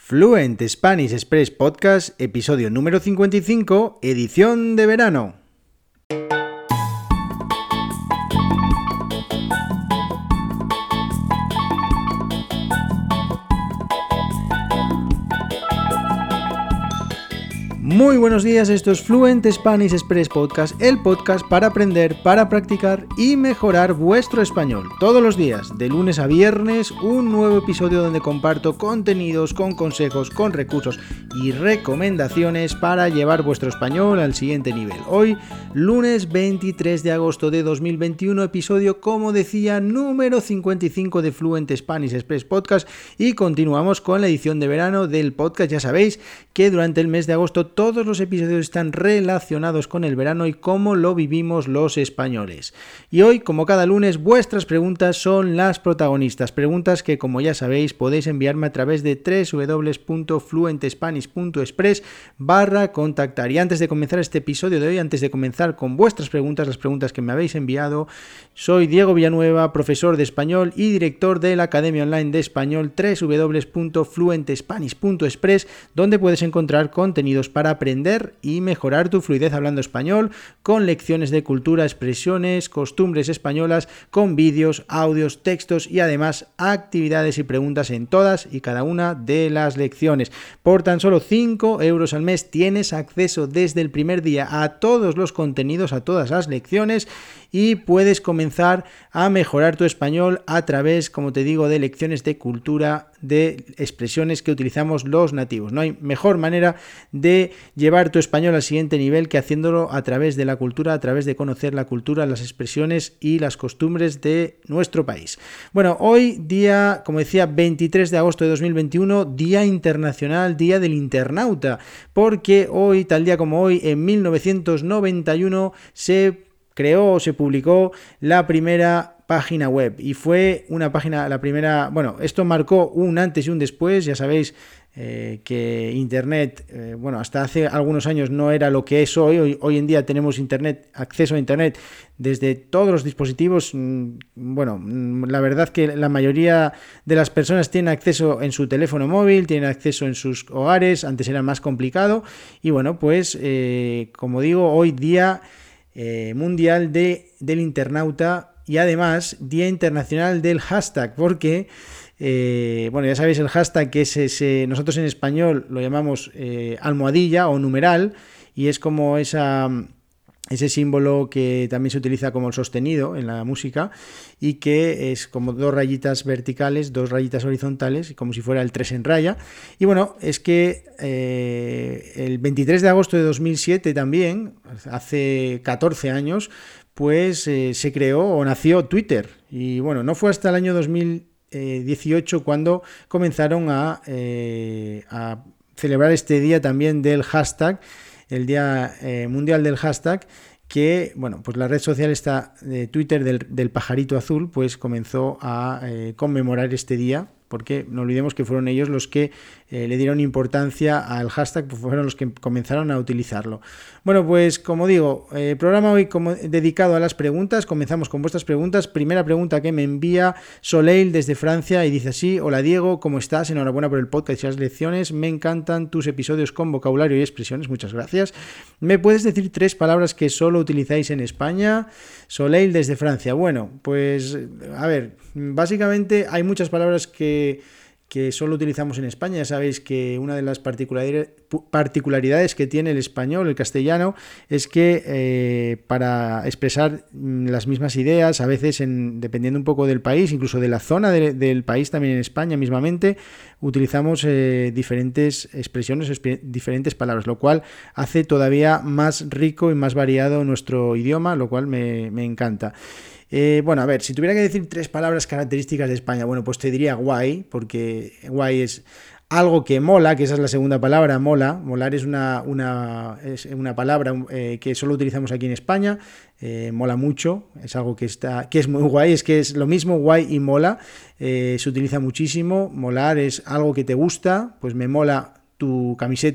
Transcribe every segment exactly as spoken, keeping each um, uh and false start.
Fluent Spanish Express Podcast, episodio número cincuenta y cinco, edición de verano. Muy buenos días, esto es Fluent Spanish Express Podcast, el podcast para aprender, para practicar y mejorar vuestro español. Todos los días, de lunes a viernes, un nuevo episodio donde comparto contenidos con consejos, con recursos y recomendaciones para llevar vuestro español al siguiente nivel. Hoy, lunes veintitrés de agosto de dos mil veintiuno, episodio, como decía, número cincuenta y cinco de Fluent Spanish Express Podcast, y continuamos con la edición de verano del podcast. Ya sabéis que durante el mes de agosto todos los episodios están relacionados con el verano y cómo lo vivimos los españoles. Y hoy, como cada lunes, vuestras preguntas son las protagonistas. Preguntas que, como ya sabéis, podéis enviarme a través de www.fluentespanish.express barra contactar. Y antes de comenzar este episodio de hoy, antes de comenzar con vuestras preguntas, las preguntas que me habéis enviado, soy Diego Villanueva, profesor de español y director de la Academia Online de Español www.fluentespanish.express, donde puedes encontrar contenidos para aprender y mejorar tu fluidez hablando español, con lecciones de cultura, expresiones, costumbres españolas, con vídeos, audios, textos y además actividades y preguntas en todas y cada una de las lecciones. Por tan solo cinco euros al mes tienes acceso desde el primer día a todos los contenidos, a todas las lecciones, y puedes comenzar a mejorar tu español a través, como te digo, de lecciones de cultura, de expresiones que utilizamos los nativos. No hay mejor manera de llevar tu español al siguiente nivel que haciéndolo a través de la cultura, a través de conocer la cultura, las expresiones y las costumbres de nuestro país. Bueno, hoy día, como decía, veintitrés de agosto de dos mil veintiuno, Día Internacional, Día del Internauta, porque hoy, tal día como hoy, en mil novecientos noventa y uno, se creó o se publicó la primera página web, y fue una página, la primera, bueno, esto marcó un antes y un después. Ya sabéis eh, que Internet, eh, bueno, hasta hace algunos años no era lo que es hoy. hoy, hoy en día tenemos Internet, acceso a Internet desde todos los dispositivos. Bueno, la verdad que la mayoría de las personas tienen acceso en su teléfono móvil, tienen acceso en sus hogares. Antes era más complicado, y bueno, pues eh, como digo, hoy día eh, mundial de, del internauta, y además Día Internacional del Hashtag, porque, eh, bueno, ya sabéis el hashtag, que es ese, nosotros en español lo llamamos eh, almohadilla o numeral, y es como esa, ese símbolo que también se utiliza como el sostenido en la música, y que es como dos rayitas verticales, dos rayitas horizontales, como si fuera el tres en raya. Y bueno, es que eh, el veintitrés de agosto de dos mil siete también, hace catorce años, pues eh, se creó o nació Twitter. Y bueno, no fue hasta el año dos mil dieciocho cuando comenzaron a, eh, a celebrar este día también del hashtag, el Día eh, Mundial del Hashtag, que, bueno, pues la red social esta de Twitter del, del pajarito azul, pues comenzó a eh, conmemorar este día, porque no olvidemos que fueron ellos los que eh, le dieron importancia al hashtag, pues fueron los que comenzaron a utilizarlo. Bueno, pues como digo, eh, programa hoy como dedicado a las preguntas. Comenzamos con vuestras preguntas. Primera pregunta que me envía Soleil desde Francia, y dice así: hola Diego, ¿cómo estás? Enhorabuena por el podcast y las lecciones, me encantan tus episodios con vocabulario y expresiones, muchas gracias. ¿Me puedes decir tres palabras que solo utilizáis en España? Soleil desde Francia. Bueno, pues a ver, básicamente hay muchas palabras que que solo utilizamos en España. Ya sabéis que una de las particularidades que tiene el español, el castellano, es que eh, para expresar las mismas ideas, a veces en, dependiendo un poco del país, incluso de la zona de, del país, también en España mismamente, utilizamos eh, diferentes expresiones, diferentes palabras, lo cual hace todavía más rico y más variado nuestro idioma, lo cual me, me encanta. Eh, bueno, a ver, si tuviera que decir tres palabras características de España, bueno, pues te diría guay, porque guay es algo que mola, que esa es la segunda palabra, mola. Molar es una, una, es una palabra eh, que solo utilizamos aquí en España, eh, mola mucho, es algo que, está, que es muy guay, es que es lo mismo guay y mola, eh, se utiliza muchísimo. Molar es algo que te gusta, pues me mola tu camiseta,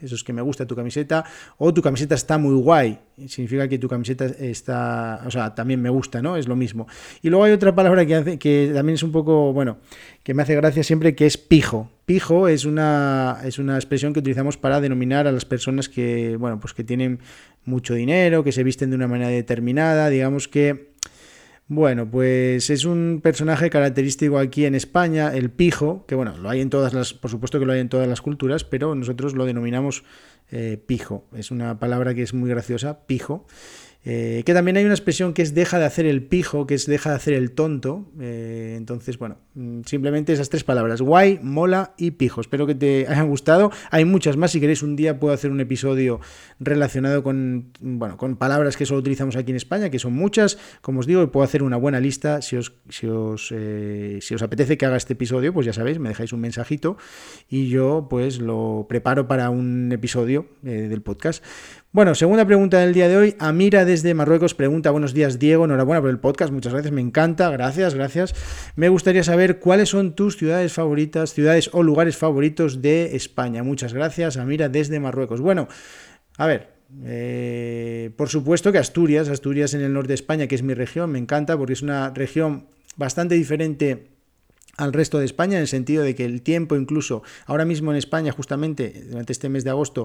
eso es que me gusta tu camiseta, o tu camiseta está muy guay, significa que tu camiseta está, o sea, también me gusta, ¿no? Es lo mismo. Y luego hay otra palabra que, hace, que también es un poco, bueno, que me hace gracia siempre, que es pijo. Pijo es una, es una expresión que utilizamos para denominar a las personas que, bueno, pues que tienen mucho dinero, que se visten de una manera determinada, digamos que, bueno, pues es un personaje característico aquí en España, el pijo, que bueno, lo hay en todas las, por supuesto que lo hay en todas las culturas, pero nosotros lo denominamos eh, pijo. Es una palabra que es muy graciosa, pijo. Eh, que también hay una expresión que es deja de hacer el pijo, que es deja de hacer el tonto. Eh, entonces, bueno, simplemente esas tres palabras, guay, mola y pijo. Espero que te hayan gustado. Hay muchas más, si queréis un día puedo hacer un episodio relacionado con, bueno, con palabras que solo utilizamos aquí en España, que son muchas, como os digo, puedo hacer una buena lista. Si os, si os, eh, si os apetece que haga este episodio, pues ya sabéis, me dejáis un mensajito y yo pues lo preparo para un episodio eh, del podcast. Bueno, segunda pregunta del día de hoy. Amira desde Marruecos pregunta: buenos días, Diego, enhorabuena por el podcast, muchas gracias, me encanta, gracias, gracias. Me gustaría saber cuáles son tus ciudades favoritas, ciudades o lugares favoritos de España. Muchas gracias, Amira desde Marruecos. Bueno, a ver, eh, por supuesto que Asturias, Asturias en el norte de España, que es mi región, me encanta porque es una región bastante diferente al resto de España, en el sentido de que el tiempo, incluso ahora mismo en España, justamente durante este mes de agosto,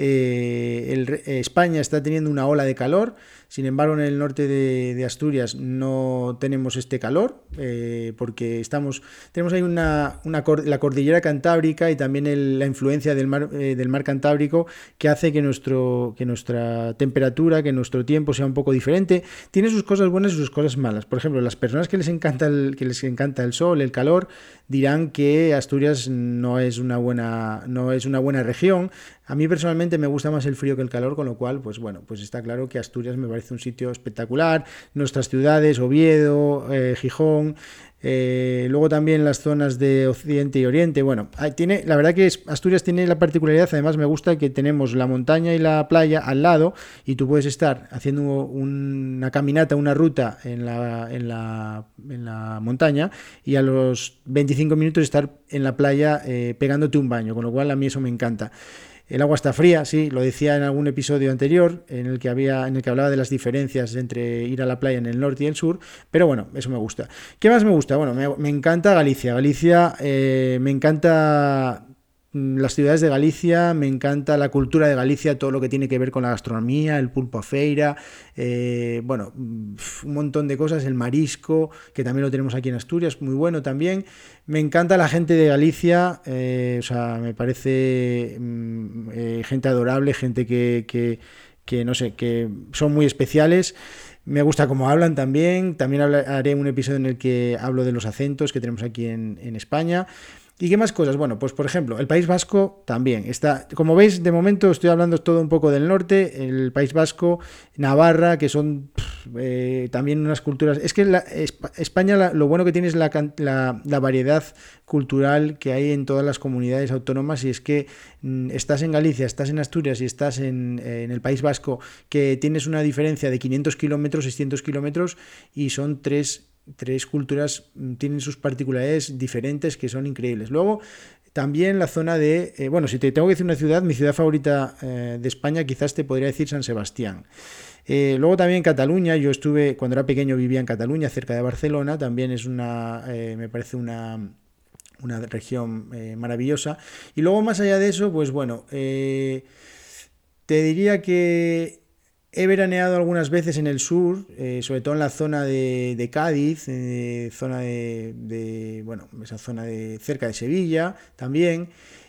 eh, el, eh, España está teniendo una ola de calor. Sin embargo, en el norte de, de Asturias no tenemos este calor, eh, porque estamos, tenemos ahí una, una la cordillera cantábrica y también el, la influencia del mar, eh, del mar Cantábrico, que hace que, nuestro, que nuestra temperatura, que nuestro tiempo sea un poco diferente. Tiene sus cosas buenas y sus cosas malas. Por ejemplo, las personas que les encanta el, que les encanta el sol, el calor, dirán que Asturias no es una buena, no es una buena región. A mí personalmente me gusta más el frío que el calor, con lo cual, pues bueno, pues está claro que Asturias me parece un sitio espectacular. Nuestras ciudades, Oviedo, eh, Gijón, eh, luego también las zonas de Occidente y Oriente. Bueno, tiene, la verdad que es, Asturias tiene la particularidad, además me gusta que tenemos la montaña y la playa al lado, y tú puedes estar haciendo una caminata, una ruta en la, en la, en la montaña, y a los veinticinco minutos estar en la playa eh, pegándote un baño, con lo cual a mí eso me encanta. El agua está fría, sí, lo decía en algún episodio anterior en el que había, en el que hablaba de las diferencias entre ir a la playa en el norte y el sur, pero bueno, eso me gusta. ¿Qué más me gusta? Bueno, me, me encanta Galicia. Galicia, eh, me encanta las ciudades de Galicia, me encanta la cultura de Galicia, todo lo que tiene que ver con la gastronomía, el pulpo a feira, eh, bueno, un montón de cosas, el marisco, que también lo tenemos aquí en Asturias, muy bueno también. Me encanta la gente de Galicia, eh, o sea, me parece eh, gente adorable, gente que, que, que, no sé, que son muy especiales. Me gusta cómo hablan también. También habla, haré un episodio en el que hablo de los acentos que tenemos aquí en, en España. ¿Y qué más cosas? Bueno, pues por ejemplo, el País Vasco también está, como veis, de momento estoy hablando todo un poco del norte, el País Vasco, Navarra, que son eh, también unas culturas. Es que la, España la, lo bueno que tiene es la, la, la variedad cultural que hay en todas las comunidades autónomas, y es que mm, estás en Galicia, estás en Asturias y estás en, en el País Vasco, que tienes una diferencia de quinientos kilómetros, seiscientos kilómetros, y son tres Tres culturas, tienen sus particularidades diferentes que son increíbles. Luego, también la zona de... Eh, bueno, si te tengo que decir una ciudad, mi ciudad favorita eh, de España quizás te podría decir San Sebastián. Eh, luego también Cataluña, yo estuve, cuando era pequeño vivía en Cataluña, cerca de Barcelona, también es una... Eh, me parece una... una región eh, maravillosa. Y luego, más allá de eso, pues bueno, eh, te diría que he veraneado algunas veces en el sur, eh, sobre todo en la zona de, de Cádiz, eh, zona de, de, bueno, esa zona de cerca de Sevilla también.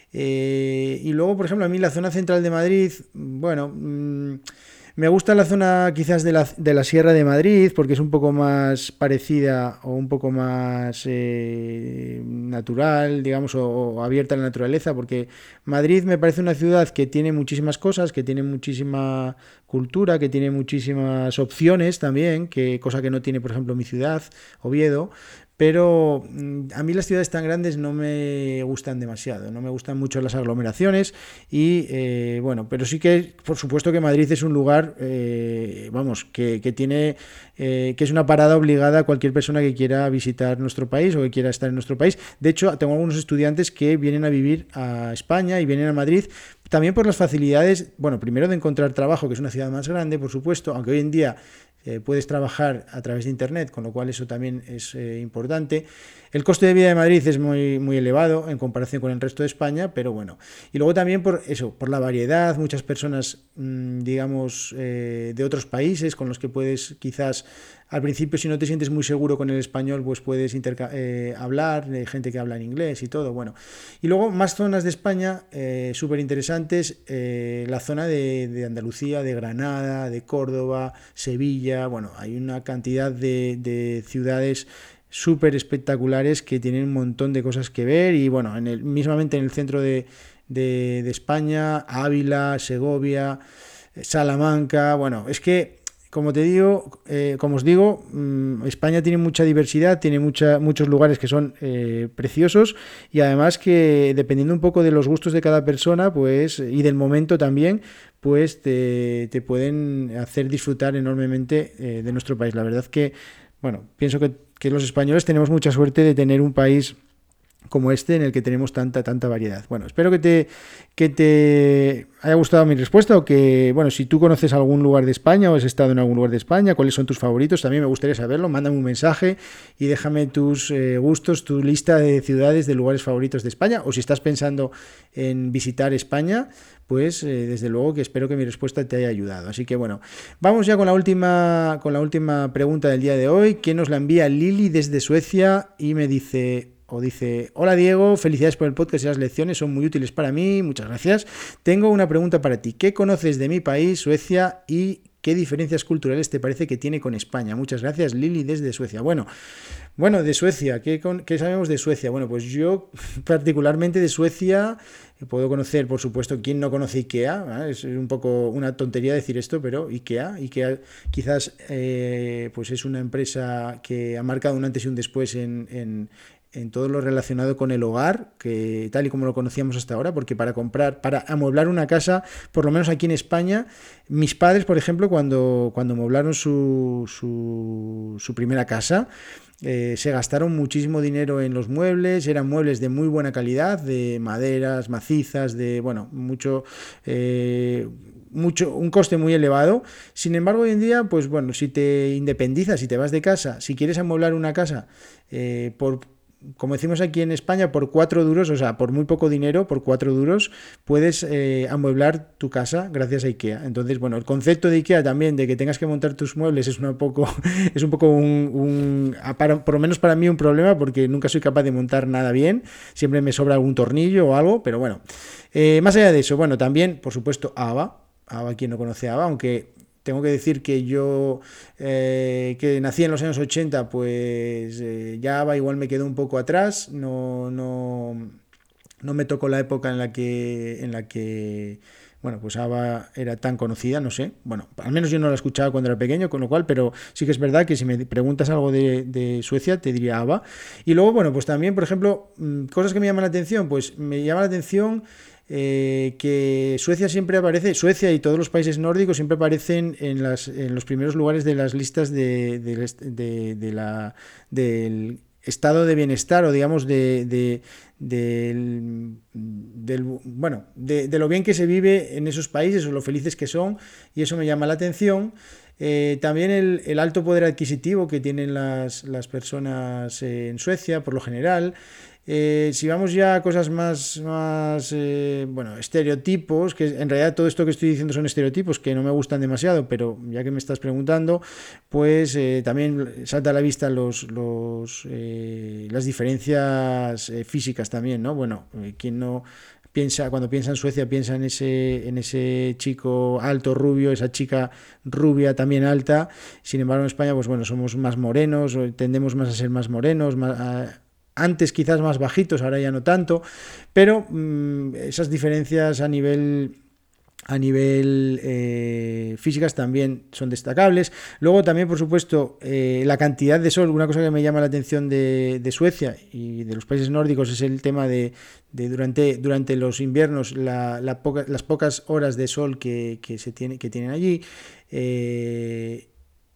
Eh, y luego, por ejemplo, a mí la zona central de Madrid, bueno, mmm, me gusta la zona quizás de la, de la Sierra de Madrid, porque es un poco más parecida o un poco más eh, natural, digamos, o, o abierta a la naturaleza, porque Madrid me parece una ciudad que tiene muchísimas cosas, que tiene muchísima cultura, que tiene muchísimas opciones también, que cosa que no tiene, por ejemplo, mi ciudad, Oviedo. Pero a mí las ciudades tan grandes no me gustan demasiado, no me gustan mucho las aglomeraciones y eh, bueno, pero sí que por supuesto que Madrid es un lugar, eh, vamos, que, que tiene, eh, que es una parada obligada a cualquier persona que quiera visitar nuestro país o que quiera estar en nuestro país. De hecho, tengo algunos estudiantes que vienen a vivir a España y vienen a Madrid también por las facilidades, bueno, primero de encontrar trabajo, que es una ciudad más grande, por supuesto, aunque hoy en día eh, puedes trabajar a través de Internet, con lo cual eso también es eh, importante. El coste de vida de Madrid es muy, muy elevado en comparación con el resto de España, pero bueno. Y luego también por eso, por la variedad, muchas personas, mmm, digamos, eh, de otros países con los que puedes quizás, al principio, si no te sientes muy seguro con el español, pues puedes interca- eh, hablar, de gente que habla en inglés y todo, bueno. Y luego más zonas de España eh, súper interesantes, eh, la zona de, de Andalucía, de Granada, de Córdoba, Sevilla, bueno, hay una cantidad de, de ciudades súper espectaculares que tienen un montón de cosas que ver y bueno, en el, mismamente en el centro de, de, de España, Ávila, Segovia, Salamanca, bueno, es que como te digo, eh, como os digo, mmm, España tiene mucha diversidad, tiene mucha, muchos lugares que son eh, preciosos y además que dependiendo un poco de los gustos de cada persona, pues y del momento también, pues te, te pueden hacer disfrutar enormemente eh, de nuestro país. La verdad que, bueno, pienso que, que los españoles tenemos mucha suerte de tener un país como este en el que tenemos tanta tanta variedad. Bueno, espero que te que te haya gustado mi respuesta o que, bueno, si tú conoces algún lugar de España o has estado en algún lugar de España, cuáles son tus favoritos, también me gustaría saberlo. Mándame un mensaje y déjame tus eh, gustos, tu lista de ciudades, de lugares favoritos de España, o si estás pensando en visitar España, pues eh, desde luego que espero que mi respuesta te haya ayudado. Así que bueno, vamos ya con la última con la última pregunta del día de hoy, que nos la envía Lili desde Suecia y me dice o dice: hola Diego, felicidades por el podcast y las lecciones, son muy útiles para mí, muchas gracias. Tengo una pregunta para ti. ¿Qué conoces de mi país, Suecia, y qué diferencias culturales te parece que tiene con España? Muchas gracias, Lili desde Suecia. Bueno, bueno, de Suecia, ¿qué, con, ¿qué sabemos de Suecia? Bueno, pues yo particularmente de Suecia puedo conocer, por supuesto, ¿quién no conoce IKEA? ¿Eh? Es un poco una tontería decir esto, pero IKEA, IKEA quizás eh, pues es una empresa que ha marcado un antes y un después en, en en todo lo relacionado con el hogar, que tal y como lo conocíamos hasta ahora, porque para comprar, para amueblar una casa, por lo menos aquí en España, mis padres, por ejemplo, cuando, cuando amueblaron su, su, su primera casa, eh, se gastaron muchísimo dinero en los muebles, eran muebles de muy buena calidad, de maderas macizas, de, bueno, mucho... Eh, mucho, un coste muy elevado. Sin embargo, hoy en día, pues bueno, si te independizas, si te vas de casa, si quieres amueblar una casa eh, por como decimos aquí en España, por cuatro duros, o sea, por muy poco dinero, por cuatro duros, puedes eh, amueblar tu casa gracias a IKEA. Entonces, bueno, el concepto de IKEA también, de que tengas que montar tus muebles, es, una poco, es un poco un, un para, por lo menos para mí, un problema, porque nunca soy capaz de montar nada bien, siempre me sobra algún tornillo o algo, pero bueno. Eh, más allá de eso, bueno, también, por supuesto, ABBA. ABBA, quien no conoce ABBA, aunque... Tengo que decir que yo, eh, que nací en los años ochenta, pues eh, ya ABBA igual me quedó un poco atrás, no, no, no me tocó la época en la que, en la que bueno, pues ABBA era tan conocida, no sé, bueno, al menos yo no la escuchaba cuando era pequeño, con lo cual, pero sí que es verdad que si me preguntas algo de, de Suecia, te diría ABBA. Y luego, bueno, pues también, por ejemplo, cosas que me llaman la atención, pues me llama la atención... Eh, que Suecia siempre aparece, Suecia y todos los países nórdicos siempre aparecen en, las, en los primeros lugares de las listas de, de, de, de la, del estado de bienestar o digamos de, de, de, del, bueno, de, de lo bien que se vive en esos países o lo felices que son, y eso me llama la atención. Eh, también el, el alto poder adquisitivo que tienen las, las personas eh, en Suecia por lo general. Eh, si vamos ya a cosas más, más eh, bueno, estereotipos, que en realidad todo esto que estoy diciendo son estereotipos que no me gustan demasiado, pero ya que me estás preguntando, pues eh, también salta a la vista los, los, eh, las diferencias eh, físicas también, ¿no? Bueno, eh, quien no... Piensa, cuando piensa en Suecia, piensa en ese, en ese chico alto, rubio, esa chica rubia también alta. Sin embargo, en España, pues bueno, somos más morenos, tendemos más a ser más morenos, más, a, antes quizás más bajitos, ahora ya no tanto. Pero mmm, esas diferencias a nivel... a nivel eh, físicas también son destacables. Luego también, por supuesto, eh, la cantidad de sol. Una cosa que me llama la atención de, de Suecia y de los países nórdicos es el tema de, de durante, durante los inviernos, la, la poca, las pocas horas de sol que, que, se tiene, que tienen allí. Eh,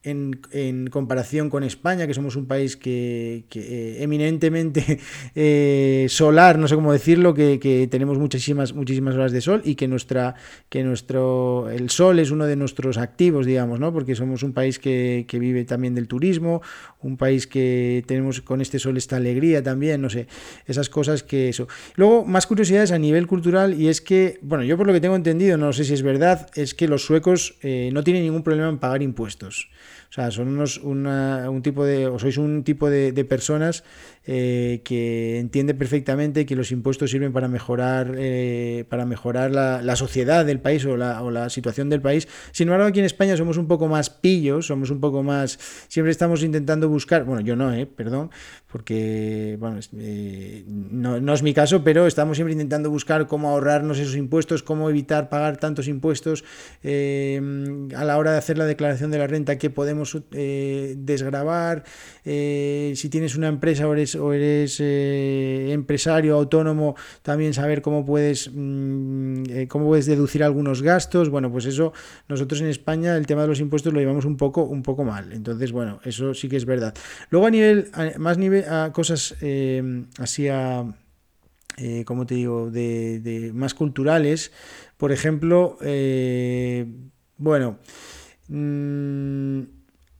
en, en comparación con España, que somos un país que, que eh, eminentemente eh, solar, no sé cómo decirlo, que, que tenemos muchísimas, muchísimas horas de sol y que nuestra, que nuestro, el sol es uno de nuestros activos, digamos, ¿no? Porque somos un país que, que vive también del turismo, un país que tenemos con este sol esta alegría también, no sé, esas cosas que eso. Luego, más curiosidades a nivel cultural, y es que, bueno, yo por lo que tengo entendido, no sé si es verdad, es que los suecos eh, no tienen ningún problema en pagar impuestos. O sea, son unos, una, un tipo de, o sois un tipo de, de personas eh, que entiende perfectamente que los impuestos sirven para mejorar, eh, para mejorar la, la sociedad del país o la, o la situación del país. Sin embargo, aquí en España somos un poco más pillos, somos un poco más, siempre estamos intentando buscar, bueno, yo no, eh, perdón, porque, bueno, eh, no, no es mi caso, pero estamos siempre intentando buscar cómo ahorrarnos esos impuestos, cómo evitar pagar tantos impuestos eh, a la hora de hacer la declaración de la renta, que podemos Eh, desgravar, eh, si tienes una empresa o eres, o eres eh, empresario autónomo, también saber cómo puedes mmm, eh, cómo puedes deducir algunos gastos. Bueno, pues eso nosotros en España el tema de los impuestos lo llevamos un poco un poco mal, entonces bueno, eso sí que es verdad. Luego a nivel a, más nivel a cosas eh, así a eh, como te digo, de, de más culturales, por ejemplo, eh, bueno mmm,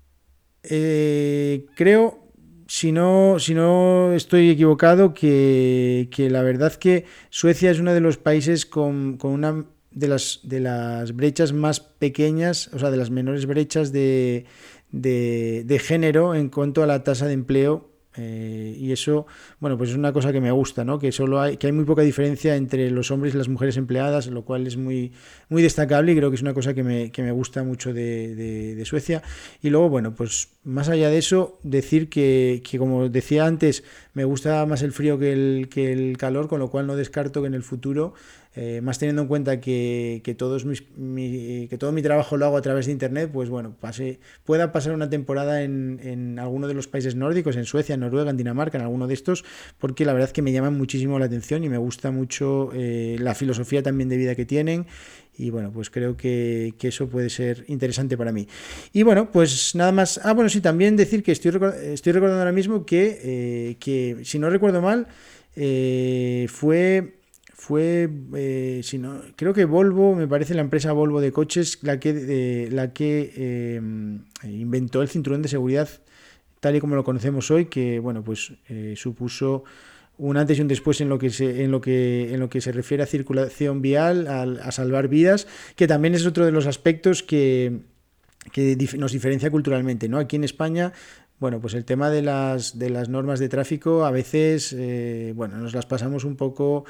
Eh, creo, si no, si no estoy equivocado, que, que la verdad que Suecia es uno de los países con, con una de las, de las brechas más pequeñas, o sea, de las menores brechas de, de, de género en cuanto a la tasa de empleo. Eh, y eso, bueno, pues es una cosa que me gusta, ¿no? Que solo hay, que hay muy poca diferencia entre los hombres y las mujeres empleadas, lo cual es muy, muy destacable y creo que es una cosa que me, que me gusta mucho de, de, de Suecia. Y luego, bueno, pues más allá de eso, decir que, que como decía antes, me gusta más el frío que el, que el calor, con lo cual no descarto que en el futuro, eh, más teniendo en cuenta que, que, todos mis, mi, que todo mi trabajo lo hago a través de internet, pues bueno, pase, pueda pasar una temporada en, en alguno de los países nórdicos, en Suecia, en Noruega, en Dinamarca, en alguno de estos, porque la verdad es que me llaman muchísimo la atención y me gusta mucho eh, la filosofía también de vida que tienen. Y bueno, pues creo que, que eso puede ser interesante para mí. Y bueno, pues nada más. Ah, bueno, sí, también decir que estoy, estoy recordando ahora mismo que, eh, que si no recuerdo mal, eh, fue... Fue, eh, si no, creo que Volvo, me parece la empresa Volvo de coches, la que, eh, la que eh, inventó el cinturón de seguridad tal y como lo conocemos hoy, que bueno, pues eh, supuso un antes y un después en lo que se, en lo que, en lo que se refiere a circulación vial, a, a salvar vidas, que también es otro de los aspectos que, que dif- nos diferencia culturalmente, ¿no? Aquí en España, bueno, pues el tema de las, de las normas de tráfico a veces, eh, bueno, nos las pasamos un poco,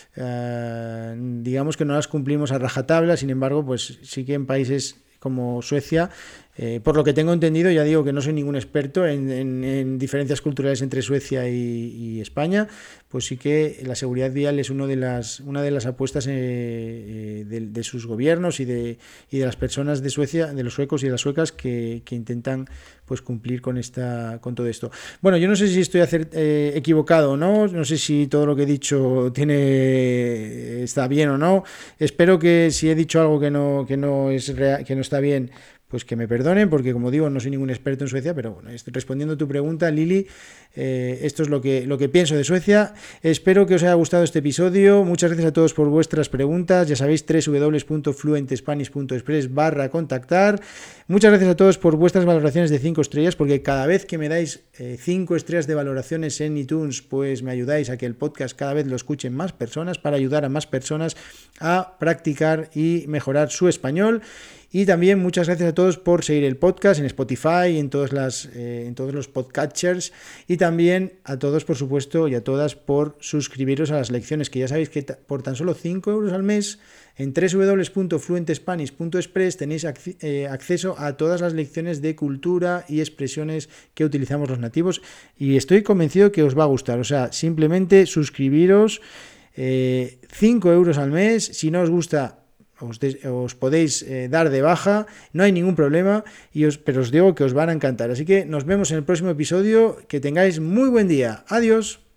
eh, digamos que no las cumplimos a rajatabla, sin embargo, pues sí que en países como Suecia, eh, por lo que tengo entendido, ya digo que no soy ningún experto en, en, en diferencias culturales entre Suecia y, y España, pues sí que la seguridad vial es uno de las, una de las apuestas eh, eh, de, de sus gobiernos y de, y de las personas de Suecia, de los suecos y de las suecas que, que intentan pues cumplir con esta, con todo esto. Bueno, yo no sé si estoy acer- eh, equivocado o no, no sé si todo lo que he dicho tiene, está bien o no. Espero que si he dicho algo que no, que no es real, que no está bien, pues que me perdonen, porque como digo, no soy ningún experto en Suecia, pero bueno, respondiendo a tu pregunta, Lili, eh, esto es lo que, lo que pienso de Suecia. Espero que os haya gustado este episodio. Muchas gracias a todos por vuestras preguntas. Ya sabéis, doble u doble u doble u punto fluentespanish punto express barra contactar. Muchas gracias a todos por vuestras valoraciones de cinco estrellas, porque cada vez que me dais cinco eh, estrellas de valoraciones en iTunes, pues me ayudáis a que el podcast cada vez lo escuchen más personas, para ayudar a más personas a practicar y mejorar su español. Y también muchas gracias a todos por seguir el podcast en Spotify, en, todas las, eh, en todos los podcatchers, y también a todos, por supuesto, y a todas por suscribiros a las lecciones, que ya sabéis que t- por tan solo cinco euros al mes en doble u doble u doble u punto fluentespanish punto express tenéis ac- eh, acceso a todas las lecciones de cultura y expresiones que utilizamos los nativos, y estoy convencido que os va a gustar. O sea, simplemente suscribiros, eh, cinco euros al mes. Si no os gusta, Os, de, os podéis eh, dar de baja, no hay ningún problema, y os, pero os digo que os van a encantar. Así que nos vemos en el próximo episodio. Que tengáis muy buen día. Adiós.